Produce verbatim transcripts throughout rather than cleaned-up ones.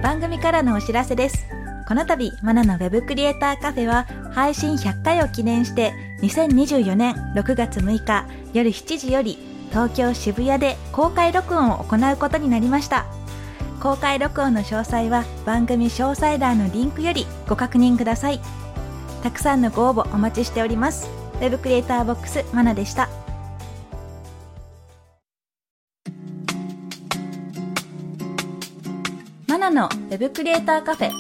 番組からのお知らせです。この度マナのウェブクリエイターカフェは配信ひゃっかいを記念してにせんにじゅうよねんろくがつむいか夜しちじより東京渋谷で公開録音を行うことになりました。公開録音の詳細は番組詳細欄のリンクよりご確認ください。たくさんのご応募お待ちしております。ウェブクリエイターボックスマナでした。マナのウェブクリエイターカフェ。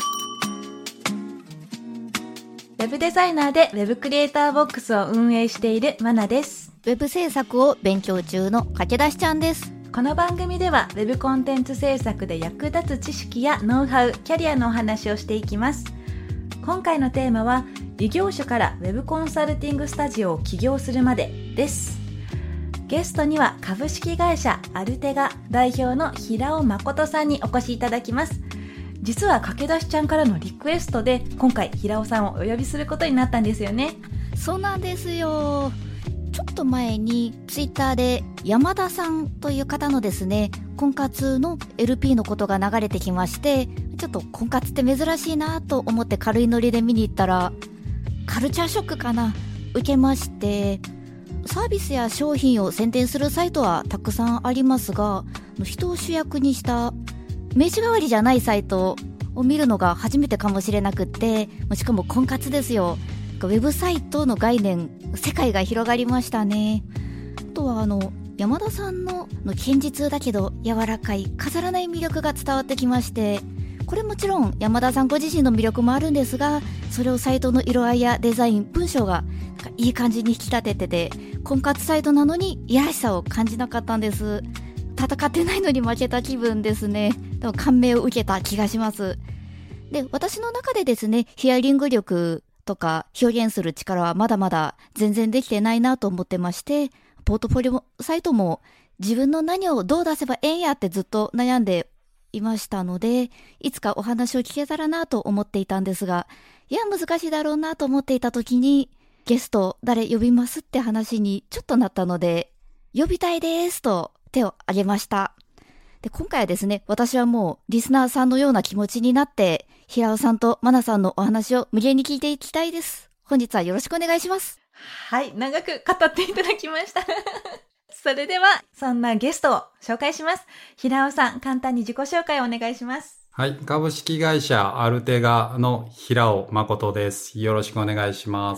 ウェブデザイナーでウェブクリエイターボックスを運営しているマナです。 ウェブ制作を勉強中の駆け出しちゃんです。 この番組ではウェブコンテンツ制作で役立つ知識やノウハウ、キャリアのお話をしていきます。今回のテーマは異業種からウェブコンサルティングスタジオを起業するまでです。ゲストには株式会社アルテガ代表の平尾誠さんにお越しいただきます。実は駆け出しちゃんからのリクエストで今回平尾さんをお呼びすることになったんですよね。 そうなんですよ。ちょっと前にツイッターで山田さんという方のですね婚活の エルピー のことが流れてきまして、ちょっと婚活って珍しいなと思って軽いノリで見に行ったらカルチャーショックかな受けまして、サービスや商品を宣伝するサイトはたくさんありますが、人を主役にした名刺代わりじゃないサイトを見るのが初めてかもしれなくって、しかも婚活ですよ。ウェブサイトの概念、世界が広がりましたね。あとはあの山田さんのの堅実だけど柔らかい飾らない魅力が伝わってきまして、これもちろん山田さんご自身の魅力もあるんですが、それをサイトの色合いやデザイン、文章がいい感じに引き立ててて、婚活サイトなのにいやらしさを感じなかったんです。戦ってないのに負けた気分ですね。でも感銘を受けた気がします。で、私の中でですね、ヒアリング力とか表現する力はまだまだ全然できてないなと思ってまして、ポートフォリオサイトも自分の何をどう出せばええんやってずっと悩んでいましたので、いつかお話を聞けたらなと思っていたんですが、いや難しいだろうなと思っていた時にゲスト誰呼びますって話にちょっとなったので、呼びたいですと手を挙げました。で、今回はですね、私はもうリスナーさんのような気持ちになって平尾さんとマナさんのお話を無限に聞いていきたいです。本日はよろしくお願いします。 はい、長く語っていただきましたそれではそんなゲストを紹介します。平尾さん、簡単に自己紹介をお願いします。 はい、株式会社アルテガの平尾誠です。よろしくお願いします。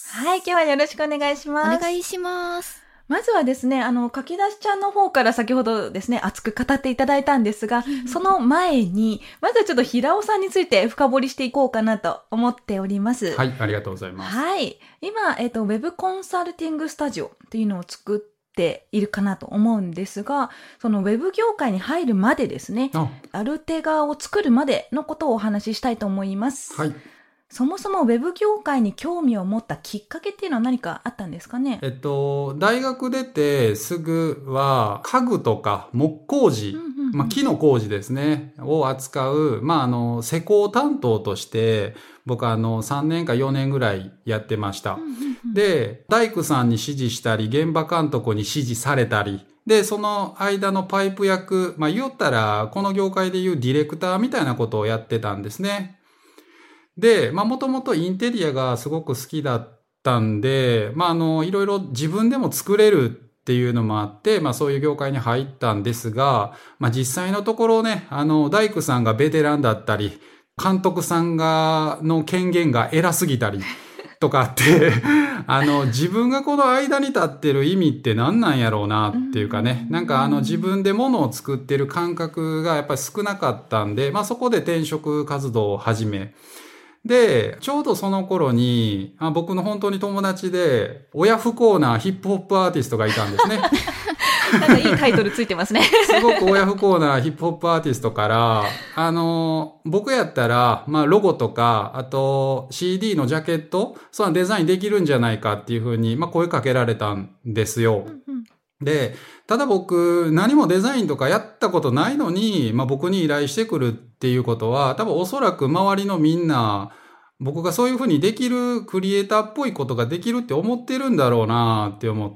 はい、今日はよろしくお願いします。 お願いします。 まずはですね、あの、書き出しちゃんの方から先ほどですね、熱く語っていただいたんですが、その前に、まずはちょっと平尾さんについて深掘りしていこうかなと思っております。 はい、ありがとうございます。 はい。今、えっと、ウェブコンサルティングスタジオっていうのを作っているかなと思うんですが、そのウェブ業界に入るまでですね、アルテガを作るまでのことをお話ししたいと思います。 はい。 そもそもウェブ業界に興味を持ったきっかけっていうのは何かあったんですかね？ えっと、大学出てすぐは家具とか木工事、うんうんうん、まあ、木の工事ですね、を扱う、まあ、あの、施工担当として、僕はあの、さんねんかよねんぐらいやってました。うんうんうん、で、大工さんに指示したり、現場監督に指示されたり、で、その間のパイプ役、まあ、言ったら、この業界でいうディレクターみたいなことをやってたんですね。で、まあ、もともとインテリアがすごく好きだったんで、まあ、あの、いろいろ自分でも作れるっていうのもあって、まあ、そういう業界に入ったんですが、まあ、実際のところね、あの、大工さんがベテランだったり、監督さんが、の権限が偉すぎたり、とかって、あの、自分がこの間に立ってる意味って何なんやろうなっていうかね、なんかあの自分で物を作ってる感覚がやっぱり少なかったんで、まあそこで転職活動を始め、で、ちょうどその頃に、あ僕の本当に友達で、親不幸なヒップホップアーティストがいたんですね。 なんかいいタイトルついてますね。 すごく親不幸なヒップホップアーティストから、あの、僕やったら、まあロゴとか、あと シーディー のジャケット、そのデザインできるんじゃないかっていうふうに、まあ声かけられたんですよ。うんうん、で、ただ僕、何もデザインとかやったことないのに、まあ僕に依頼してくるっていうことは、多分おそらく周りのみんな、僕がそういうふうにできるクリエイターっぽいことができるって思ってるんだろうなって思って、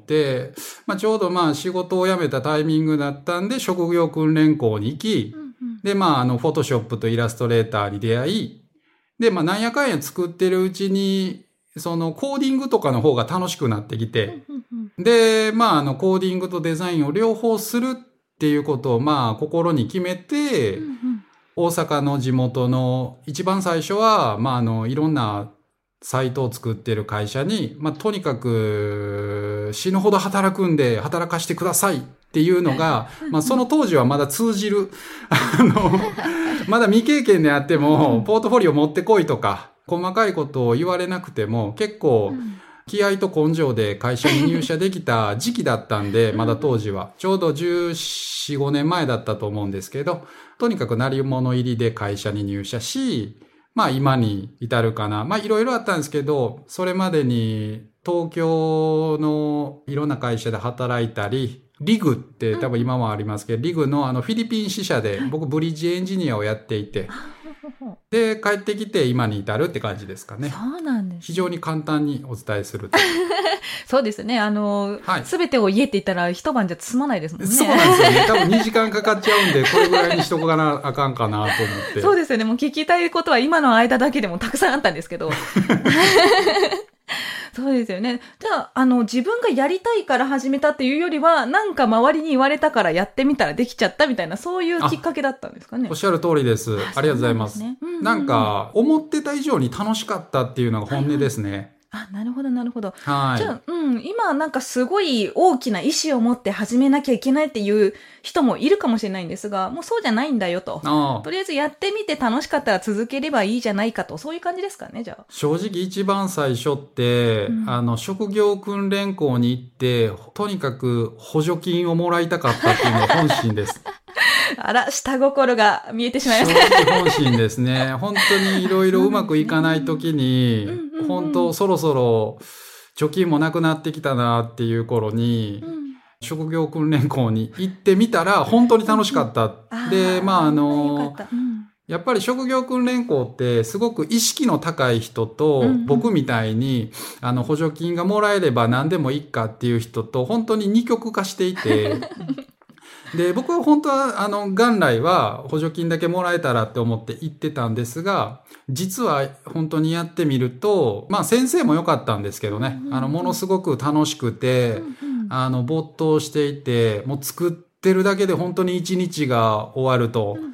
まあちょうどまあ仕事を辞めたタイミングだったんで職業訓練校に行き、うんうん、 で、まあ、あの、フォトショップとイラストレーターに出会い、で、まあ、なんやかんや作ってるうちに、その、コーディングとかの方が楽しくなってきて、で、まあ、あの、コーディングとデザインを両方するっていうことを、まあ、心に決めて、うんうん、大阪の地元の一番最初は、まあ、あの、いろんなサイトを作ってる会社に、まあ、とにかく死ぬほど働くんで働かしてくださいっていうのが、まあ、その当時はまだ通じる、あの、まだ未経験であっても、ポートフォリオ持ってこいとか、細かいことを言われなくても、結構、気合と根性で会社に入社できた時期だったんで、まだ当時は。ちょうどじゅうよん、ごねんまえだったと思うんですけど、とにかく鳴り物入りで会社に入社し、まあ今に至るかな。まあいろいろあったんですけど、それまでに東京のいろんな会社で働いたり、リグって多分今もありますけど、リグのあのフィリピン支社で僕ブリッジエンジニアをやっていて、で、帰ってきて今に至るって感じですかね。 そうなんです、ね。 非常に簡単にお伝えすると。 そうですね。あの、すべ、はい、てを家って言ったら一晩じゃ済まないですもんね。 そうなんですよね。多分にじかんかかっちゃうんで、これぐらいにしとこかなあかんかなと思って。 そうですよね。もう聞きたいことは今の間だけでもたくさんあったんですけど。そうですよね。じゃあ、あの、自分がやりたいから始めたっていうよりは、なんか周りに言われたからやってみたらできちゃったみたいな、そういうきっかけだったんですかね。 おっしゃる通りです。あ, ありがとうございます。なんですね。うんうんうん、なんか、思ってた以上に楽しかったっていうのが本音ですね。はいはい、 あ、なるほど、なるほど。 はい。 じゃあ、うん、今なんかすごい大きな意思を持って始めなきゃいけないっていう人もいるかもしれないんですが、もうそうじゃないんだよと。とりあえずやってみて楽しかったら続ければいいじゃないかと、そういう感じですかね、じゃあ。 正直一番最初って、うん、あの、職業訓練校に行って、とにかく補助金をもらいたかったっていうのが本心です。 あら、下心が見えてしまいました。 正直本心ですね。本当にいろいろうまくいかないときに、うん、本当そろそろ貯金もなくなってきたなっていう頃に、うん、職業訓練校に行ってみたら本当に楽しかった。うん、で、まああの、うん、やっぱり職業訓練校ってすごく意識の高い人と、うんうん、僕みたいにあの補助金がもらえれば何でもいいかっていう人と本当に二極化していて、で、僕は本当は、あの、元来は補助金だけもらえたらって思って行ってたんですが、実は本当にやってみると、まあ先生も良かったんですけどね、うんうんうん、あの、ものすごく楽しくて、うんうん、あの、没頭していて、もう作ってるだけで本当に一日が終わると、うんうんうん、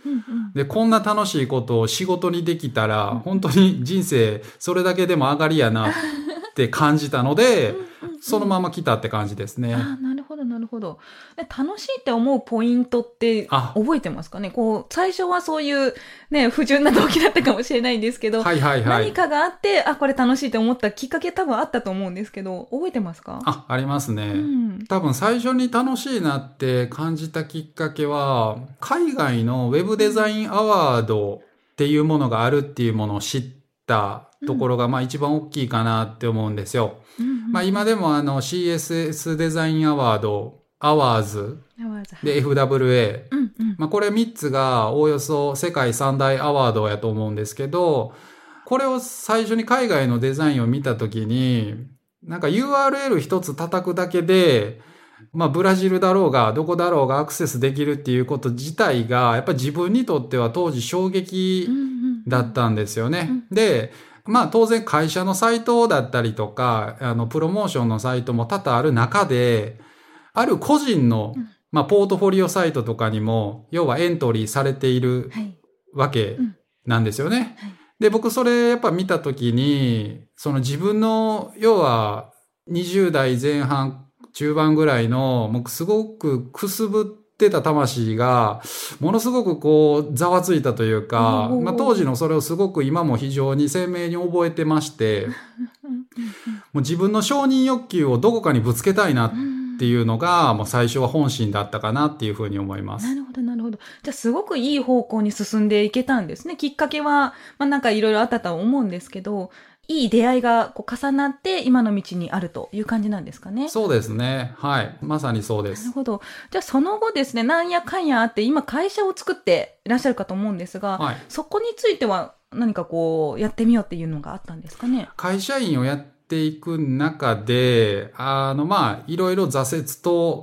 で、こんな楽しいことを仕事にできたら、本当に人生それだけでも上がりやなって感じたので、そのまま来たって感じですね。 あ、なるほど、なるほど。楽しいって思うポイントって覚えてますかね？こう、最初はそういうね、不純な動機だったかもしれないんですけど、 はいはいはい、 何かがあって、あ、これ楽しいって思ったきっかけ多分あったと思うんですけど、覚えてますか？ あ、ありますね。 うん、 多分最初に楽しいなって感じたきっかけは、海外のウェブデザインアワードっていうものがあるっていうものを知ったところが、まあ一番大きいかなって思うんですよ。うんうん、まあ今でもあの シーエスエス デザインアワード、アワーズで エフダブリューエー、うんうん、まあこれみっつがおおよそ世界三大アワードやと思うんですけど、これを最初に海外のデザインを見たときに、なんか ユーアールエル 一つ叩くだけで、まあブラジルだろうがどこだろうがアクセスできるっていうこと自体がやっぱり自分にとっては当時衝撃だったんですよね。うんうん、で、まあ当然会社のサイトだったりとか、あのプロモーションのサイトも多々ある中で、ある個人の、まあポートフォリオサイトとかにも、要はエントリーされているわけなんですよね。はいうんはい、で、僕それやっぱ見たときに、その自分の、要はにじゅう代前半、中盤ぐらいの、もうすごくくすぶってた魂が、ものすごくこう、ざわついたというか、まあ当時のそれをすごく今も非常に鮮明に覚えてまして、もう自分の承認欲求をどこかにぶつけたいなっていうのが、もう最初は本心だったかなっていうふうに思います。 なるほど、なるほど。じゃあすごくいい方向に進んでいけたんですね。きっかけは、まあなんかいろいろあったと思うんですけど、いい出会いがこう重なって今の道にあるという感じなんですかね。 そうですね。はい。まさにそうです。 なるほど。じゃあその後ですね、なんやかんやあって今会社を作っていらっしゃるかと思うんですが、はい、そこについては何かこうやってみようっていうのがあったんですかね。 会社員をやっていく中で、あのまあいろいろ挫折と、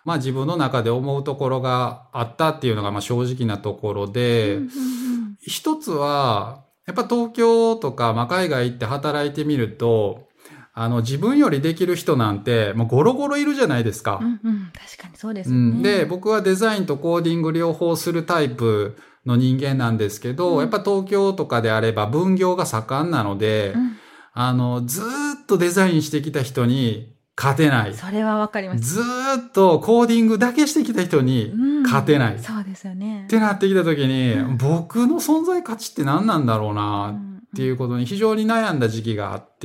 まあ自分の中で思うところがあったっていうのがまあ正直なところで、うんうんうん、一つは、やっぱ東京とか、まあ海外行って働いてみると、あの自分よりできる人なんてもうゴロゴロいるじゃないですか。 うんうん、確かにそうですよね、うん。 で、僕はデザインとコーディング両方するタイプの人間なんですけど、うん、やっぱ東京とかであれば分業が盛んなので、うん、あの、ずーっとデザインしてきた人に勝てない。 それはわかります。 ずーっとコーディングだけしてきた人に勝てない。 うん、そうですよね。 ってなってきた時に、うん、僕の存在価値って何なんだろうなっていうことに非常に悩んだ時期があって、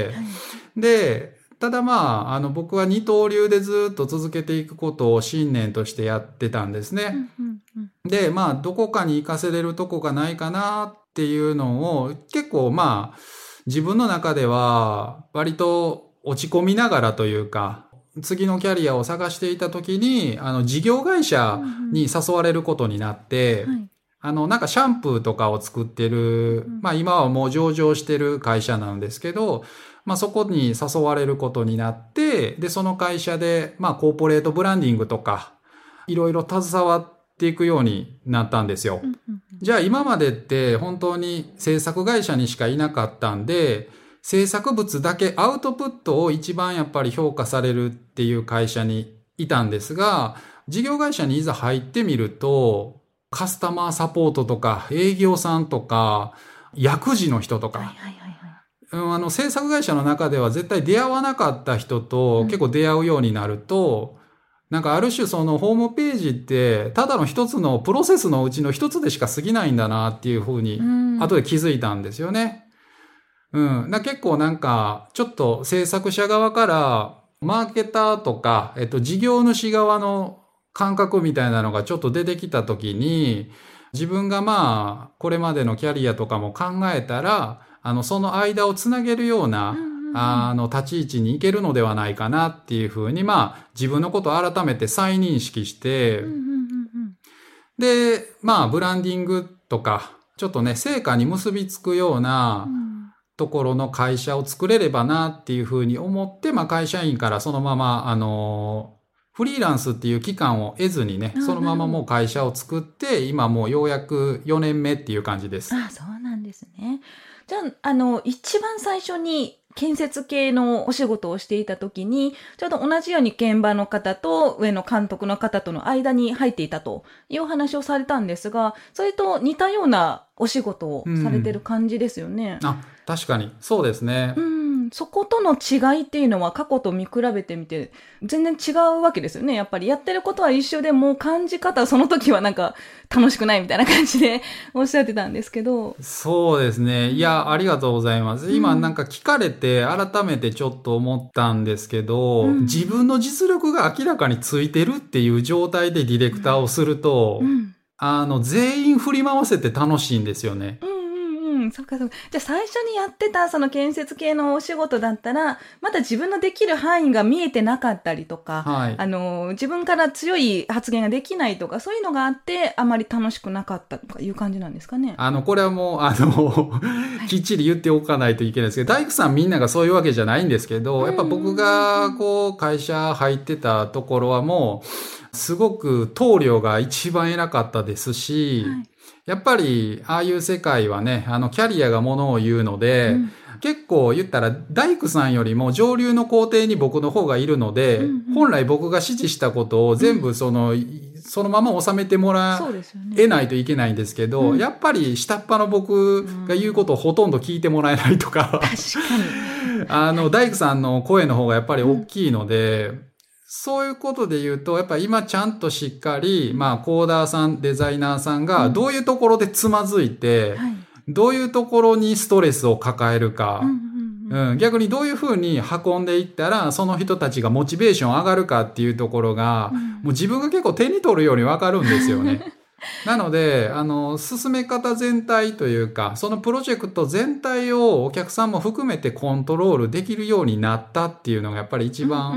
うん、で、ただまあ、あの僕は二刀流でずっと続けていくことを信念としてやってたんですね。うんうんうん、で、まあ、どこかに活かせれるとこがないかなっていうのを結構まあ、自分の中では割と落ち込みながらというか、次のキャリアを探していた時に、あの事業会社に誘われることになって、うんうんはい、あのなんかシャンプーとかを作ってる、うん、まあ今はもう上場してる会社なんですけど、まあそこに誘われることになって、で、その会社で、まあコーポレートブランディングとか、いろいろ携わっていくようになったんですよ。うんうんうん、じゃあ今までって本当に制作会社にしかいなかったんで、制作物だけアウトプットを一番やっぱり評価されるっていう会社にいたんですが、事業会社にいざ入ってみると、カスタマーサポートとか営業さんとか、薬事の人とか、はいはいはいはい、あの制作会社の中では絶対出会わなかった人と結構出会うようになると、うんなんかある種そのホームページってただの一つのプロセスのうちの一つでしか過ぎないんだなっていうふうに後で気づいたんですよね。うん。だ結構なんかちょっと制作者側からマーケターとか、えっと事業主側の感覚みたいなのがちょっと出てきたときに自分がまあこれまでのキャリアとかも考えたらあのその間をつなげるような、うんあの、立ち位置に行けるのではないかなっていうふうに、まあ、自分のことを改めて再認識して、うんうんうんうん、で、まあ、ブランディングとか、ちょっとね、成果に結びつくようなところの会社を作れればなっていうふうに思って、まあ、会社員からそのまま、あの、フリーランスっていう期間を得ずにね、そのままもう会社を作って、今もうようやくよねんめっていう感じです。 あ、そうなんですね。じゃあ、あの、一番最初に、建設系のお仕事をしていた時に、ちょうど同じように現場の方と上の監督の方との間に入っていたというお話をされたんですが、それと似たようなお仕事をされてる感じですよね。 うん、あ、確かに。そうですね。 うん、そことの違いっていうのは過去と見比べてみて全然違うわけですよね。やっぱりやってることは一緒でも感じ方その時はなんか楽しくないみたいな感じでおっしゃってたんですけど。 そうですね。いや、ありがとうございます。今なんか聞かれて改めてちょっと思ったんですけど、うん、自分の実力が明らかについてるっていう状態でディレクターをすると、うんうん、あの、全員振り回せて楽しいんですよね。 うんうん、そうかそうか。じゃあ最初にやってたその建設系のお仕事だったら、まだ自分のできる範囲が見えてなかったりとか、はい、あの、自分から強い発言ができないとか、そういうのがあって、あまり楽しくなかったとかいう感じなんですかね。 あの、これはもう、あの、きっちり言っておかないといけないですけど、大工さんみんながそういうわけじゃないんですけど、やっぱ僕がこう、会社入ってたところはもう、すごく棟梁が一番偉かったですし、はいやっぱり、ああいう世界はね、あの、キャリアがものを言うので、うん、結構言ったら、大工さんよりも上流の工程に僕の方がいるので、うんうん、本来僕が指示したことを全部その、うん、そのまま収めてもらえないといけないんですけど、うん、やっぱり下っ端の僕が言うことをほとんど聞いてもらえないとか、 確かに。 あの、大工さんの声の方がやっぱり大きいので、うんそういうことで言うと、やっぱり今ちゃんとしっかり、まあ、コーダーさん、デザイナーさんが、どういうところでつまずいて、うんはい、どういうところにストレスを抱えるか、うんうんうんうん、逆にどういうふうに運んでいったら、その人たちがモチベーション上がるかっていうところが、うん、もう自分が結構手に取るようにわかるんですよね。なので、あの、進め方全体というか、そのプロジェクト全体をお客さんも含めてコントロールできるようになったっていうのがやっぱり一番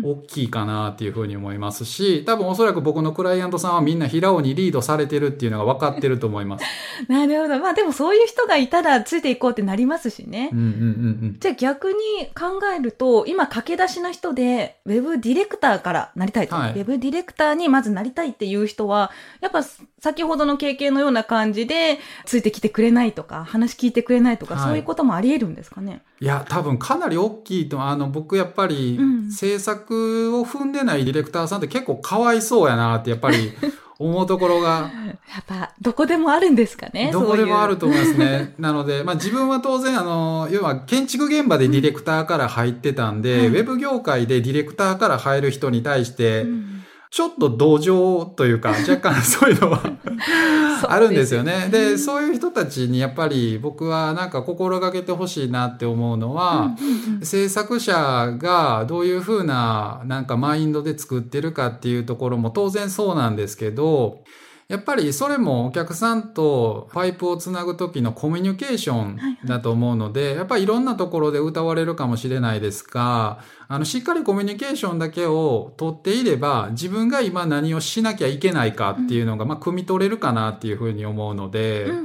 大きいかなっていうふうに思いますし、多分おそらく僕のクライアントさんはみんな平尾にリードされてるっていうのが分かってると思います。 なるほど。まあでもそういう人がいたらついていこうってなりますしね。 うんうんうんうん。 じゃあ逆に考えると、今駆け出しの人で、ウェブディレクターからなりたいと、はい、ウェブディレクターにまずなりたいっていう人は、やっぱ先ほどの経験のような感じで、ついてきてくれないとか、話聞いてくれないとか、はい、そういうこともあり得るんですかね。 いや、多分かなり大きいと、あの、僕やっぱり、制作を踏んでないディレクターさんって結構かわいそうやなって、やっぱり、思うところが。 やっぱ、どこでもあるんですかね。 どこでもあると思いますね。なので、まあ自分は当然、あの、要は建築現場でディレクターから入ってたんで、うん、ウェブ業界でディレクターから入る人に対して、うん、ちょっと同情というか、若干そういうのはあるんですよね。で、そういう人たちにやっぱり僕はなんか心がけてほしいなって思うのは、うんうんうん、制作者がどういうふうななんかマインドで作ってるかっていうところも当然そうなんですけど、やっぱりそれもお客さんとパイプをつなぐ時のコミュニケーションだと思うので、はいはい、やっぱりいろんなところで歌われるかもしれないですが、あの、しっかりコミュニケーションだけを取っていれば、自分が今何をしなきゃいけないかっていうのが、まあ、汲み取れるかなっていうふうに思うので、うんうんうん、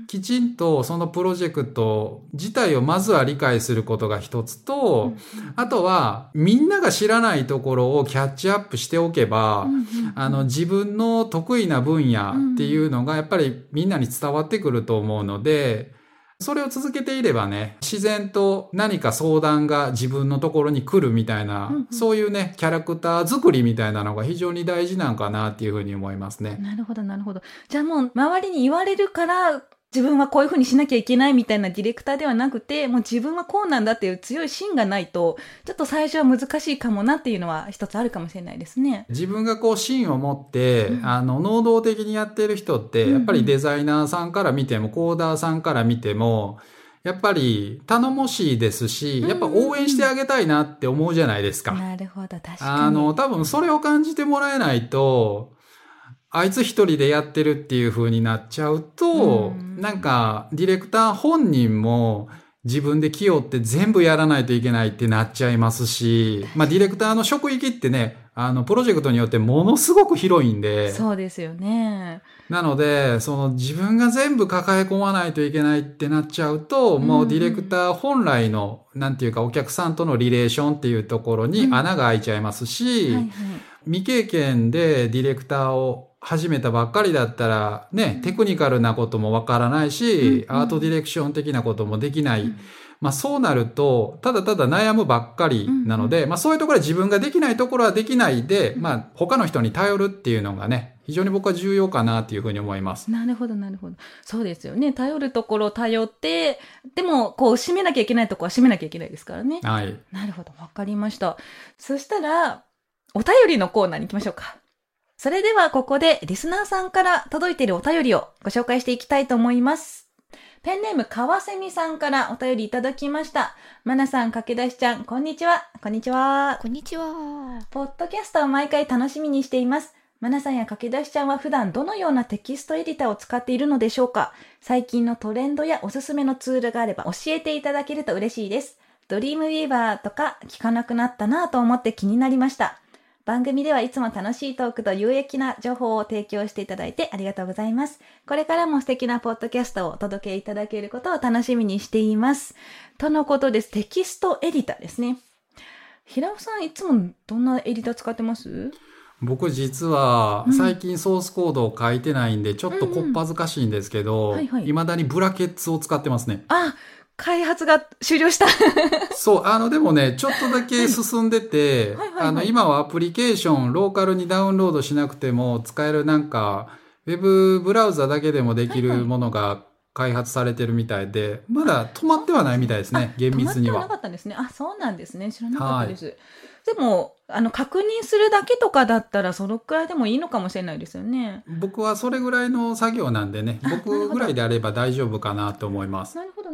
きちんとそのプロジェクト自体をまずは理解することが一つと、あとはみんなが知らないところをキャッチアップしておけば、あの自分の得意な分野っていうのがやっぱりみんなに伝わってくると思うので、それを続けていればね、自然と何か相談が自分のところに来るみたいな、うんうん、そういうね、キャラクター作りみたいなのが非常に大事なのかなっていうふうに思いますね。 なるほど、なるほど。じゃあもう周りに言われるから、自分はこういうふうにしなきゃいけないみたいなディレクターではなくて、もう自分はこうなんだっていう強い芯がないと、ちょっと最初は難しいかもなっていうのは一つあるかもしれないですね。 自分がこう芯を持って、うん、あの、能動的にやってる人って、やっぱりデザイナーさんから見ても、コーダーさんから見ても、やっぱり頼もしいですし、やっぱ応援してあげたいなって思うじゃないですか。 なるほど、確かに。 あの、多分それを感じてもらえないと、あいつ一人でやってるっていう風になっちゃうと、んなんかディレクター本人も自分で気負って全部やらないといけないってなっちゃいますし、まあディレクターの職域ってね、あのプロジェクトによってものすごく広いんで。 そうですよね。 なので、その自分が全部抱え込まないといけないってなっちゃうと、もうディレクター本来の、なんていうかお客さんとのリレーションっていうところに穴が開いちゃいますし、うんはいはい、未経験でディレクターを始めたばっかりだったらね、テクニカルなこともわからないし、うんうん、アートディレクション的なこともできない。うん、まあそうなると、ただただ悩むばっかりなので、うんうん、まあそういうところで自分ができないところはできないで、まあ他の人に頼るっていうのがね、非常に僕は重要かなっていうふうに思います。 なるほど、なるほど。そうですよね。頼るところを頼って、でもこう締めなきゃいけないところは締めなきゃいけないですからね。 はい。 なるほど、わかりました。そしたら、お便りのコーナーに行きましょうか。それではここでリスナーさんから届いているお便りをご紹介していきたいと思います。ペンネームかわせみさんからお便りいただきました。まなさん、かけだしちゃん、こんにちは。こんにちは。 こんにちは。 ポッドキャストを毎回楽しみにしています。まなさんやかけだしちゃんは普段どのようなテキストエディターを使っているのでしょうか？最近のトレンドやおすすめのツールがあれば教えていただけると嬉しいです。ドリームウィーバーとか聞かなくなったなぁと思って気になりました。番組ではいつも楽しいトークと有益な情報を提供していただいてありがとうございます。これからも素敵なポッドキャストをお届けいただけることを楽しみにしています。とのことです。テキストエディターですね。平尾さん、いつもどんなエディター使ってます？ 僕実は最近ソースコードを書いてないんで、ちょっとこっぱずかしいんですけど、未だにブラケッツを使ってますね。 あ、開発が終了したそう、あの、でもね、ちょっとだけ進んでて、はいはいはいはい、あの、今はアプリケーション、ローカルにダウンロードしなくても使えるなんか、ウェブブラウザだけでもできるものが開発されてるみたいで、はいはい、まだ止まってはないみたいですね、厳密には。 止まってはなかったんですね。あ、そうなんですね。知らなかったです。はい、でも、あの、確認するだけとかだったら、そのくらいでもいいのかもしれないですよね。 僕はそれぐらいの作業なんでね、僕ぐらいであれば大丈夫かなと思います。 なるほど、な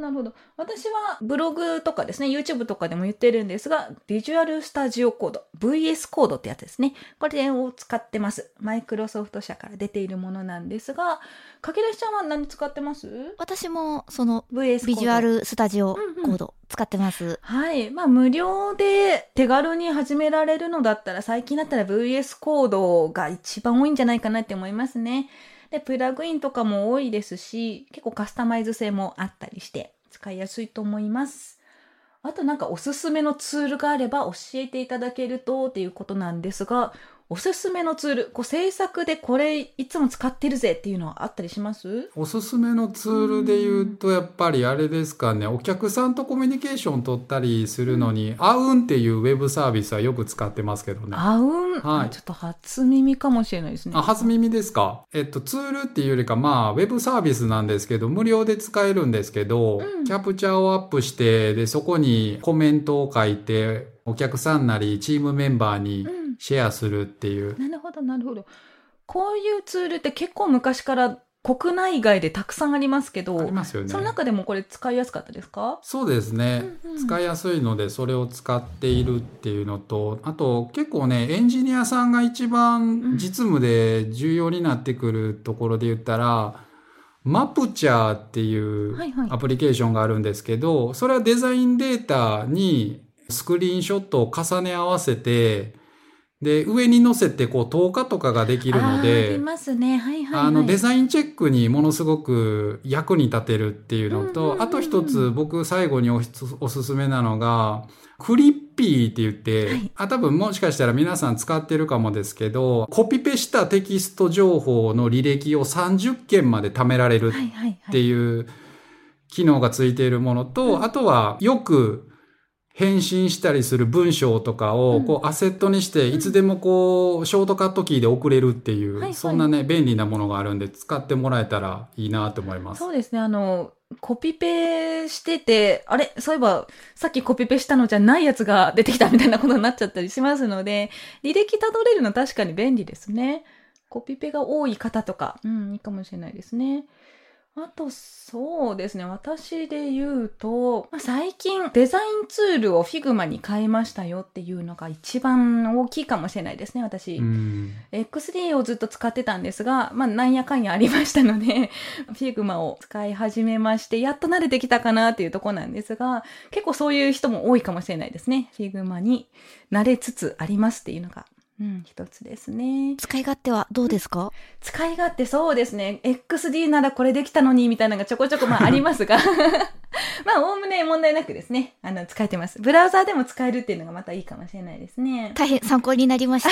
なるほど。私はブログとかですね、YouTube とかでも言ってるんですが、ビジュアルスタジオコード、ブイエス コードってやつですね。これを使ってます。マイクロソフト社から出ているものなんですが、かけだしちゃんは何使ってます？ 私もそのブイエス コード、 ビジュアルスタジオコード使ってます。うんうん、 はい。まあ無料で手軽に始められるのだったら、最近だったら ブイエス コードが一番多いんじゃないかなって思いますね。で、プラグインとかも多いですし、結構カスタマイズ性もあったりして使いやすいと思います。あとなんかおすすめのツールがあれば教えていただけるとっていうことなんですが、おすすめのツール、こう制作でこれいつも使ってるぜっていうのはあったりします？ おすすめのツールで言うと、やっぱりあれですかね、お客さんとコミュニケーション取ったりするのに、アウンっていうウェブサービスはよく使ってますけどね。 アウン、はい、ちょっと初耳かもしれないですね。 あ、初耳ですか。えっと、ツールっていうよりか、まあ、ウェブサービスなんですけど、無料で使えるんですけど、うん、キャプチャーをアップして、で、そこにコメントを書いて、お客さんなりチームメンバーにシェアするっていう。 うん、なるほど、なるほど。こういうツールって結構昔から国内外でたくさんありますけど、 ありますよね。 その中でもこれ使いやすかったですか？ そうですね、うんうん、使いやすいのでそれを使っているっていうのと、あと結構ね、エンジニアさんが一番実務で重要になってくるところで言ったら、うん、マプチャーっていうアプリケーションがあるんですけど、はいはい、それはデザインデータにスクリーンショットを重ね合わせて、で、上に載せてこう透過とかができるので、 あ、ありますね。はいはいはい。 あのデザインチェックにものすごく役に立てるっていうのと、うんうんうん、あと一つ僕最後に お, おすすめなのが、クリッピーって言って、はい、あ、多分もしかしたら皆さん使ってるかもですけど、コピペしたテキスト情報の履歴をさんじゅっけんまで貯められるっていう機能がついているものと、はいはいはい、あとはよく返信したりする文章とかをこうアセットにしていつでもこうショートカットキーで送れるっていう、うん、そんなね便利なものがあるんで使ってもらえたらいいなと思います。 そうですね。あのコピペしてて、あれそういえばさっきコピペしたのじゃないやつが出てきたみたいなことになっちゃったりしますので、履歴たどれるの確かに便利ですね。コピペが多い方とか、うん、いいかもしれないですね。あと、そうですね。私で言うと、最近デザインツールを Figma に変えましたよっていうのが一番大きいかもしれないですね、私。エックスディー をずっと使ってたんですが、まあ、なんやかんやありましたので、Figma を使い始めまして、やっと慣れてきたかなっていうところなんですが、結構そういう人も多いかもしれないですね。Figma に慣れつつありますっていうのが。うん、一つですね。 使い勝手はどうですか？ 使い勝手そうですね。エックスディー ならこれできたのにみたいなのがちょこちょこまあありますが。まあ、おおむね問題なくですね。あの、使えてます。ブラウザーでも使えるっていうのがまたいいかもしれないですね。 大変参考になりました。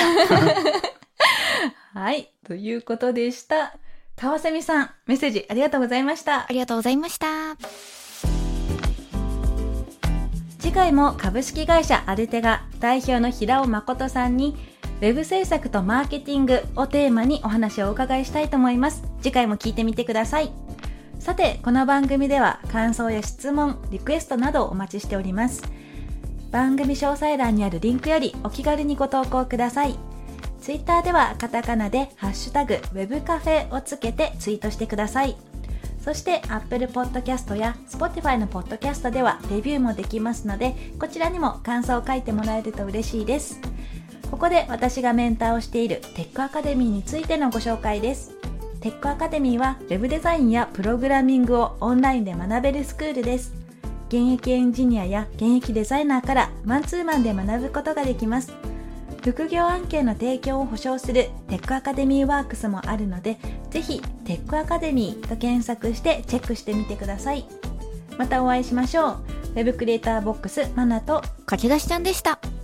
はい。ということでした。川蝉さん、メッセージありがとうございました。 ありがとうございました。 次回も株式会社アルテガ代表の平尾誠さんにウェブ制作とマーケティングをテーマにお話をお伺いしたいと思います。次回も聞いてみてください。さて、この番組では感想や質問、リクエストなどをお待ちしております。番組詳細欄にあるリンクよりお気軽にご投稿ください。ツイッターではカタカナでハッシュタグウェブカフェをつけてツイートしてください。そして Apple Podcast や Spotify の Podcast ではレビューもできますので、こちらにも感想を書いてもらえると嬉しいです。ここで私がメンターをしているテックアカデミーについてのご紹介です。テックアカデミーは Web デザインやプログラミングをオンラインで学べるスクールです。現役エンジニアや現役デザイナーからマンツーマンで学ぶことができます。副業案件の提供を保証するテックアカデミーワークスもあるので、ぜひテックアカデミーと検索してチェックしてみてください。またお会いしましょう。ウェブクリエイターボックスマナと駆け出しちゃんでした。